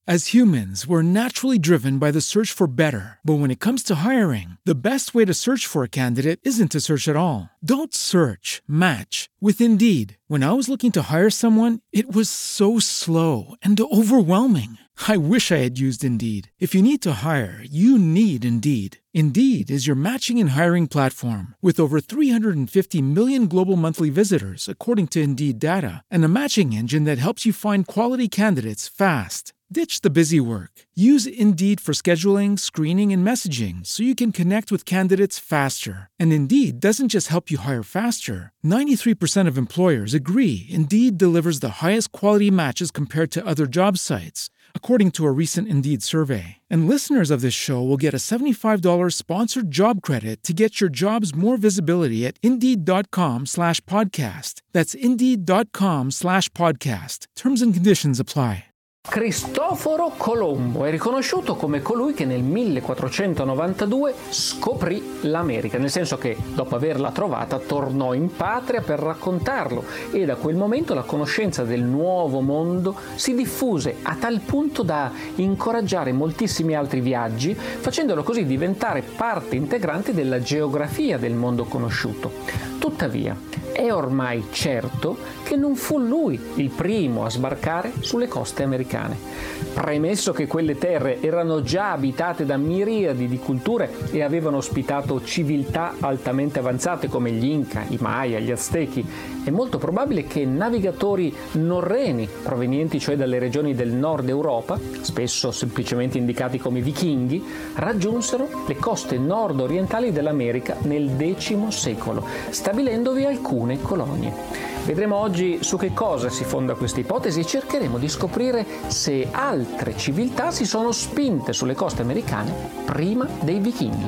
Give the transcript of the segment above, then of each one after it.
As humans, we're naturally driven by the search for better. But when it comes to hiring, the best way to search for a candidate isn't to search at all. Don't search, match with Indeed. When I was looking to hire someone, it was so slow and overwhelming. I wish I had used Indeed. If you need to hire, you need Indeed. Indeed is your matching and hiring platform with over 350 million global monthly visitors, according to Indeed data, and a matching engine that helps you find quality candidates fast. Ditch the busy work. Use Indeed for scheduling, screening, and messaging so you can connect with candidates faster. And Indeed doesn't just help you hire faster. 93% of employers agree Indeed delivers the highest quality matches compared to other job sites, according to a recent Indeed survey. And listeners of this show will get a $75 sponsored job credit to get your jobs more visibility at Indeed.com/podcast. That's Indeed.com/podcast. Terms and conditions apply. Cristoforo Colombo è riconosciuto come colui che nel 1492 scoprì l'America, nel senso che dopo averla trovata tornò in patria per raccontarlo, e da quel momento la conoscenza del nuovo mondo si diffuse a tal punto da incoraggiare moltissimi altri viaggi, facendolo così diventare parte integrante della geografia del mondo conosciuto. Tuttavia, è ormai certo che non fu lui il primo a sbarcare sulle coste americane. Premesso che quelle terre erano già abitate da miriadi di culture e avevano ospitato civiltà altamente avanzate come gli Inca, i Maya, gli Aztechi, è molto probabile che navigatori norreni, provenienti cioè dalle regioni del nord Europa, spesso semplicemente indicati come vichinghi, raggiunsero le coste nord-orientali dell'America nel X secolo, stabilendovi alcune colonie. Vedremo oggi su che cosa si fonda questa ipotesi e cercheremo di scoprire se altre civiltà si sono spinte sulle coste americane prima dei vichinghi.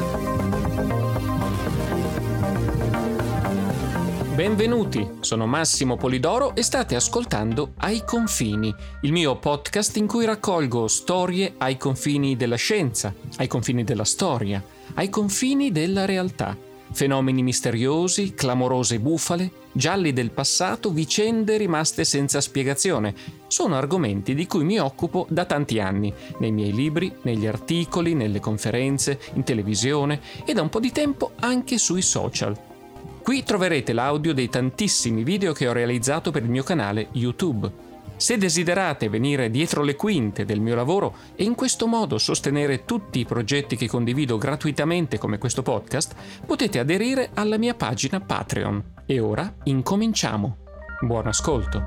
Benvenuti, sono Massimo Polidoro e state ascoltando Ai Confini, il mio podcast in cui raccolgo storie ai confini della scienza, ai confini della storia, ai confini della realtà. Fenomeni misteriosi, clamorose bufale, gialli del passato, vicende rimaste senza spiegazione. Sono argomenti di cui mi occupo da tanti anni, nei miei libri, negli articoli, nelle conferenze, in televisione e da un po' di tempo anche sui social. Qui troverete l'audio dei tantissimi video che ho realizzato per il mio canale YouTube. Se desiderate venire dietro le quinte del mio lavoro e in questo modo sostenere tutti i progetti che condivido gratuitamente come questo podcast, potete aderire alla mia pagina Patreon. E ora incominciamo. Buon ascolto.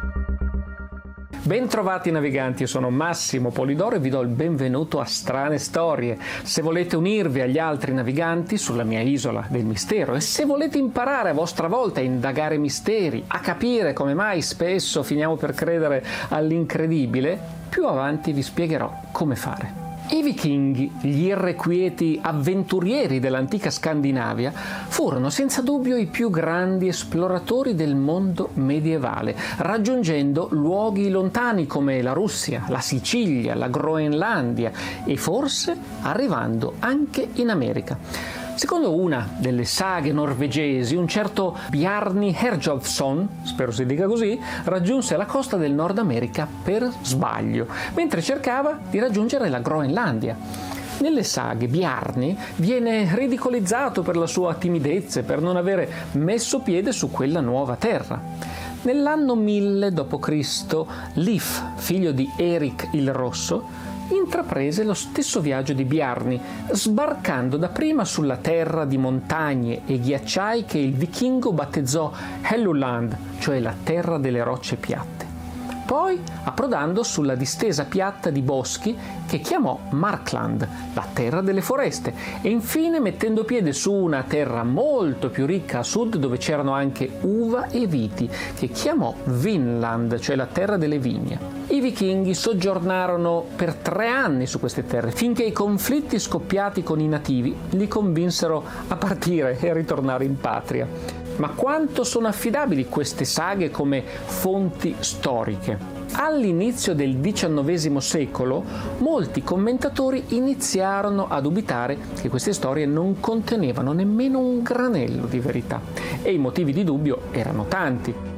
Bentrovati naviganti, io sono Massimo Polidoro e vi do il benvenuto a Strane Storie. Se volete unirvi agli altri naviganti sulla mia isola del mistero e se volete imparare a vostra volta a indagare misteri, a capire come mai spesso finiamo per credere all'incredibile, più avanti vi spiegherò come fare. I vichinghi, gli irrequieti avventurieri dell'antica Scandinavia, furono senza dubbio i più grandi esploratori del mondo medievale, raggiungendo luoghi lontani come la Russia, la Sicilia, la Groenlandia e forse arrivando anche in America. Secondo una delle saghe norvegesi, un certo Bjarni Herjolfsson, spero si dica così, raggiunse la costa del Nord America per sbaglio, mentre cercava di raggiungere la Groenlandia. Nelle saghe Bjarni viene ridicolizzato per la sua timidezza e per non avere messo piede su quella nuova terra. Nell'anno 1000 d.C., Leif, figlio di Erik il Rosso, intraprese lo stesso viaggio di Bjarni, sbarcando dapprima sulla terra di montagne e ghiacciai che il vichingo battezzò Helluland, cioè la terra delle rocce piatte. Poi approdando sulla distesa piatta di boschi che chiamò Markland, la terra delle foreste, e infine mettendo piede su una terra molto più ricca a sud dove c'erano anche uva e viti, che chiamò Vinland, cioè la terra delle vigne. I vichinghi soggiornarono per 3 anni su queste terre, finché i conflitti scoppiati con i nativi li convinsero a partire e a ritornare in patria. Ma quanto sono affidabili queste saghe come fonti storiche? All'inizio del XIX secolo, molti commentatori iniziarono a dubitare che queste storie non contenevano nemmeno un granello di verità, e i motivi di dubbio erano tanti.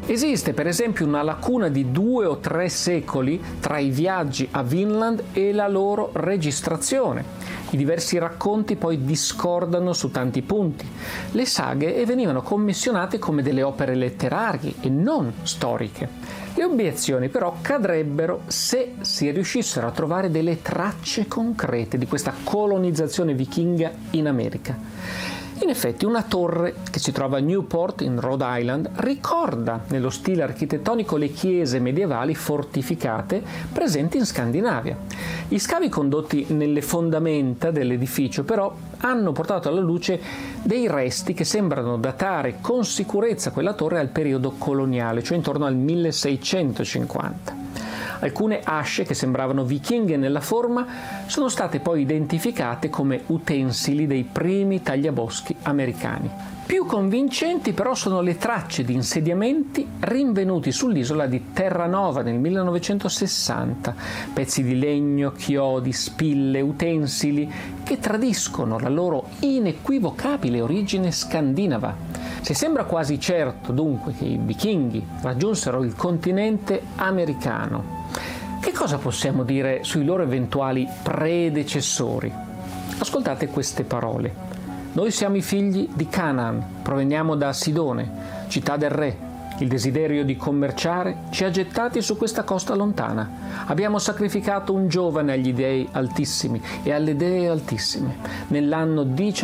Esiste per esempio una lacuna di 2 o 3 secoli tra i viaggi a Vinland e la loro registrazione. I diversi racconti poi discordano su tanti punti. Le saghe venivano commissionate come delle opere letterarie e non storiche. Le obiezioni però cadrebbero se si riuscissero a trovare delle tracce concrete di questa colonizzazione vichinga in America. In effetti una torre che si trova a Newport in Rhode Island ricorda nello stile architettonico le chiese medievali fortificate presenti in Scandinavia. Gli scavi condotti nelle fondamenta dell'edificio però hanno portato alla luce dei resti che sembrano datare con sicurezza quella torre al periodo coloniale, cioè intorno al 1650. Alcune asce che sembravano vichinghe nella forma sono state poi identificate come utensili dei primi tagliaboschi americani. Più convincenti però sono le tracce di insediamenti rinvenuti sull'isola di Terranova nel 1960, pezzi di legno, chiodi, spille, utensili che tradiscono la loro inequivocabile origine scandinava. Si sembra quasi certo dunque che i vichinghi raggiunsero il continente americano. Che cosa possiamo dire sui loro eventuali predecessori? Ascoltate queste parole. Noi siamo i figli di Canaan, proveniamo da Sidone, città del re. Il desiderio di commerciare ci ha gettati su questa costa lontana. Abbiamo sacrificato un giovane agli dei altissimi e alle dee altissime, nell'anno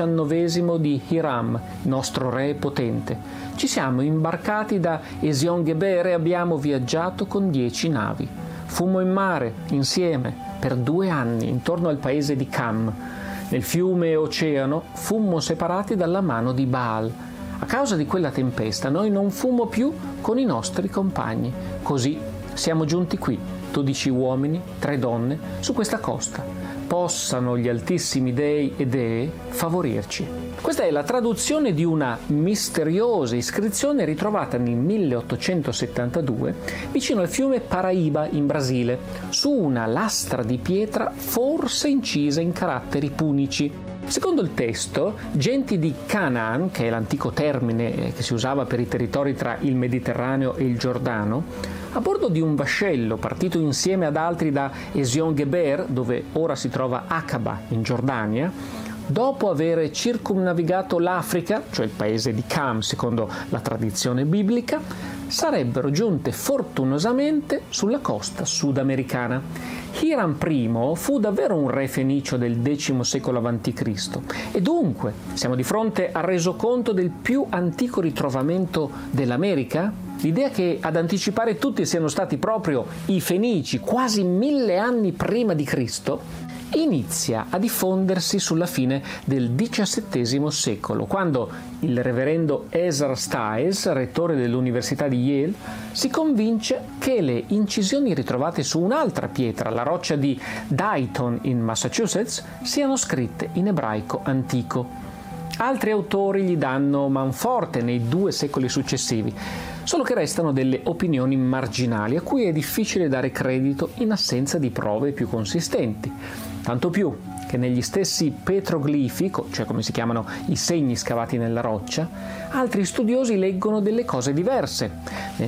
19 di Hiram, nostro re potente. Ci siamo imbarcati da Esion-Geber e abbiamo viaggiato con 10 navi. Fummo in mare, insieme, per 2 anni, intorno al paese di Cam. Nel fiume e oceano fummo separati dalla mano di Baal. A causa di quella tempesta noi non fummo più con i nostri compagni. Così siamo giunti qui, 12 uomini, 3 donne, su questa costa. Possano gli altissimi dei e dee favorirci. Questa è la traduzione di una misteriosa iscrizione ritrovata nel 1872 vicino al fiume Paraíba in Brasile, su una lastra di pietra forse incisa in caratteri punici. Secondo il testo, genti di Canaan, che è l'antico termine che si usava per i territori tra il Mediterraneo e il Giordano, a bordo di un vascello partito insieme ad altri da Esion-Geber, dove ora si trova Aqaba in Giordania, dopo aver circumnavigato l'Africa, cioè il paese di Cam secondo la tradizione biblica, sarebbero giunte fortunosamente sulla costa sudamericana. Hiram I fu davvero un re fenicio del X secolo a.C. e dunque siamo di fronte al resoconto del più antico ritrovamento dell'America? L'idea che ad anticipare tutti siano stati proprio i Fenici, quasi 1000 anni prima di Cristo, inizia a diffondersi sulla fine del XVII secolo, quando il reverendo Ezra Stiles, rettore dell'Università di Yale, si convince che le incisioni ritrovate su un'altra pietra, la roccia di Dayton in Massachusetts, siano scritte in ebraico antico. Altri autori gli danno manforte nei 2 secoli successivi, solo che restano delle opinioni marginali a cui è difficile dare credito in assenza di prove più consistenti. Tanto più che negli stessi petroglifi, cioè come si chiamano i segni scavati nella roccia, altri studiosi leggono delle cose diverse. Nel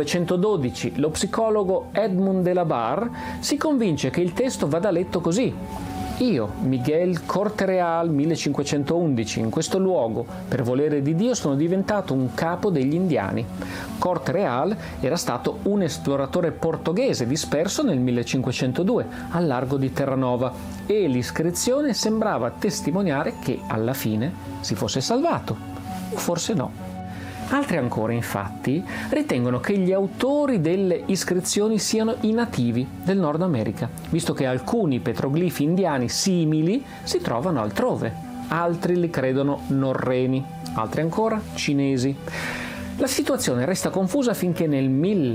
1912 lo psicologo Edmund de la Barre si convince che il testo vada letto così: io, Miguel Corte-Real, 1511, in questo luogo, per volere di Dio, sono diventato un capo degli indiani. Corte-Real era stato un esploratore portoghese disperso nel 1502 al largo di Terranova e l'iscrizione sembrava testimoniare che alla fine si fosse salvato, o forse no. Altri ancora, infatti, ritengono che gli autori delle iscrizioni siano i nativi del Nord America, visto che alcuni petroglifi indiani simili si trovano altrove. Altri li credono norreni, altri ancora cinesi. La situazione resta confusa finché nel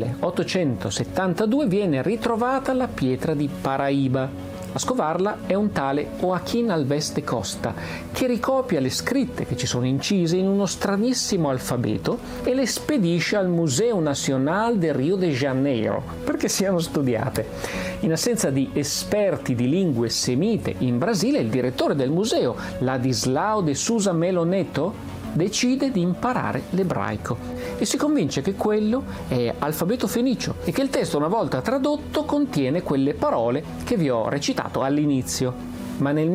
1872 viene ritrovata la pietra di Paraíba. A scovarla è un tale Joaquín Alves de Costa, che ricopia le scritte che ci sono incise in uno stranissimo alfabeto e le spedisce al Museo Nacional de Rio de Janeiro perché siano studiate. In assenza di esperti di lingue semite in Brasile, il direttore del museo, Ladislao de Souza Melo Neto, decide di imparare l'ebraico e si convince che quello è alfabeto fenicio e che il testo, una volta tradotto, contiene quelle parole che vi ho recitato all'inizio. Ma nel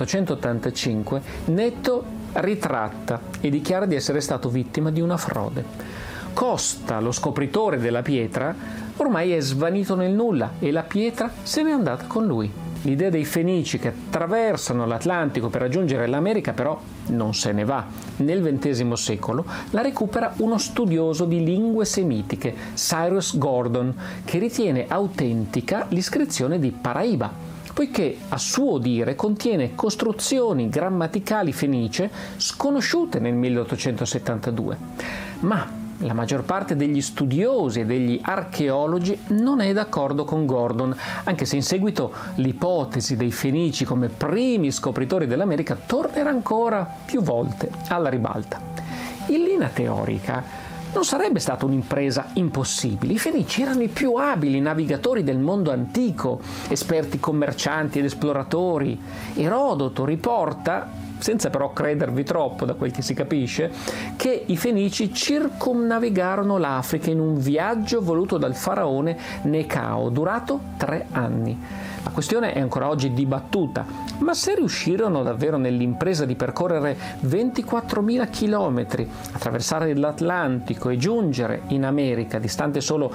1885 Neto ritratta e dichiara di essere stato vittima di una frode. Costa, lo scopritore della pietra, ormai è svanito nel nulla e la pietra se n'è andata con lui. L'idea dei Fenici che attraversano l'Atlantico per raggiungere l'America però non se ne va. Nel XX secolo la recupera uno studioso di lingue semitiche, Cyrus Gordon, che ritiene autentica l'iscrizione di Paraiba, poiché a suo dire contiene costruzioni grammaticali fenicie sconosciute nel 1872. Ma la maggior parte degli studiosi e degli archeologi non è d'accordo con Gordon, anche se in seguito l'ipotesi dei Fenici come primi scopritori dell'America tornerà ancora più volte alla ribalta. In linea teorica non sarebbe stata un'impresa impossibile. I Fenici erano i più abili navigatori del mondo antico, esperti commercianti ed esploratori. Erodoto riporta, senza però credervi troppo da quel che si capisce, che i Fenici circumnavigarono l'Africa in un viaggio voluto dal faraone Necao, durato 3 anni. La questione è ancora oggi dibattuta, ma se riuscirono davvero nell'impresa di percorrere 24.000 chilometri, attraversare l'Atlantico e giungere in America distante solo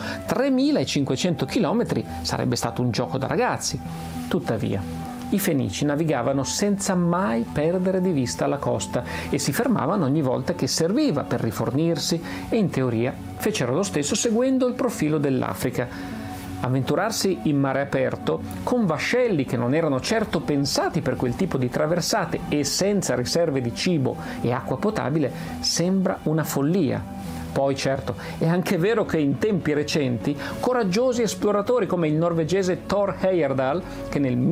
3.500 chilometri, sarebbe stato un gioco da ragazzi. Tuttavia, i Fenici navigavano senza mai perdere di vista la costa e si fermavano ogni volta che serviva per rifornirsi e in teoria fecero lo stesso seguendo il profilo dell'Africa. Avventurarsi in mare aperto con vascelli che non erano certo pensati per quel tipo di traversate e senza riserve di cibo e acqua potabile sembra una follia. Poi certo, è anche vero che in tempi recenti coraggiosi esploratori come il norvegese Thor Heyerdahl, che nel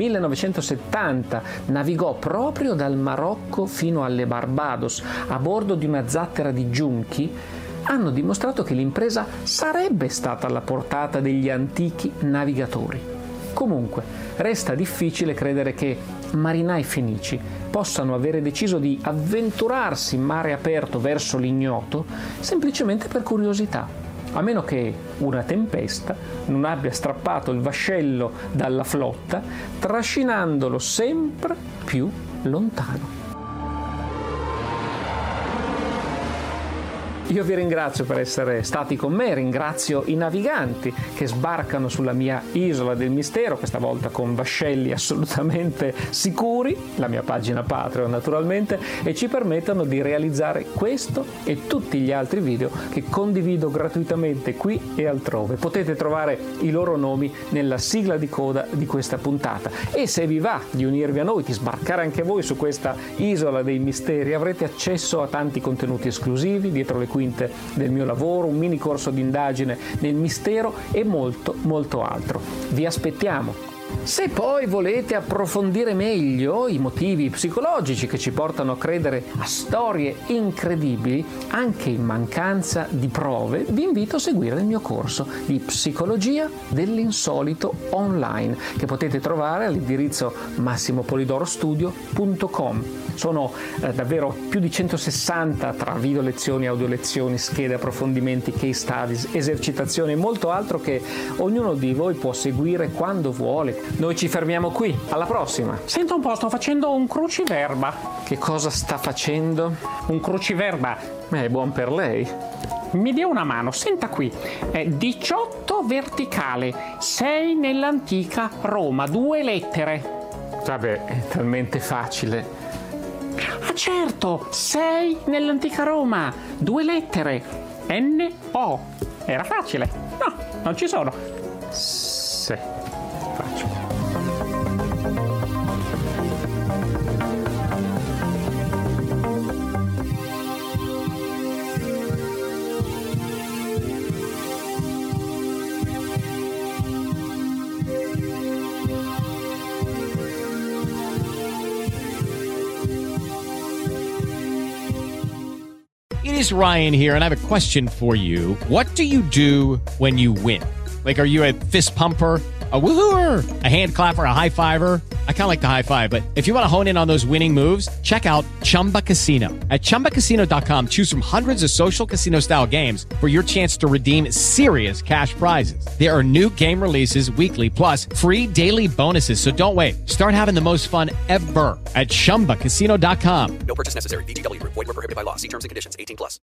1970 navigò proprio dal Marocco fino alle Barbados a bordo di una zattera di giunchi, hanno dimostrato che l'impresa sarebbe stata alla portata degli antichi navigatori. Comunque, resta difficile credere che marinai fenici possano avere deciso di avventurarsi in mare aperto verso l'ignoto semplicemente per curiosità, a meno che una tempesta non abbia strappato il vascello dalla flotta, trascinandolo sempre più lontano. Io vi ringrazio per essere stati con me, ringrazio i naviganti che sbarcano sulla mia isola del mistero, questa volta con vascelli assolutamente sicuri, la mia pagina Patreon naturalmente, e ci permettono di realizzare questo e tutti gli altri video che condivido gratuitamente qui e altrove. Potete trovare i loro nomi nella sigla di coda di questa puntata e se vi va di unirvi a noi, di sbarcare anche voi su questa isola dei misteri, avrete accesso a tanti contenuti esclusivi dietro le quinte del mio lavoro, un mini corso di indagine nel mistero e molto molto altro. Vi aspettiamo. Se poi volete approfondire meglio i motivi psicologici che ci portano a credere a storie incredibili, anche in mancanza di prove, vi invito a seguire il mio corso di psicologia dell'insolito online, che potete trovare all'indirizzo massimopolidorostudio.com. Sono davvero più di 160 tra video lezioni, audio lezioni, schede, approfondimenti, case studies, esercitazioni e molto altro che ognuno di voi può seguire quando vuole. Noi ci fermiamo qui, alla prossima. Senta un po', sto facendo un cruciverba. Che cosa sta facendo? Un cruciverba. È buon per lei. Mi dia una mano, senta qui. 18 verticale, 6 nell'antica Roma, 2 lettere. Vabbè, è talmente facile. Ah certo, 6 nell'antica Roma, 2 lettere. N-O. Era facile. No, non ci sono. Sì, facile. It is Ryan here, and I have a question for you. What do you do when you win? Like, are you a fist pumper? A woohooer, a hand clapper, a high fiver. I kind of like the high five, but if you want to hone in on those winning moves, check out Chumba Casino. At ChumbaCasino.com, choose from hundreds of social casino style games for your chance to redeem serious cash prizes. There are new game releases weekly, plus free daily bonuses. So don't wait. Start having the most fun ever at ChumbaCasino.com. No purchase necessary. VGW Group. Void where prohibited by law. See terms and conditions. 18+.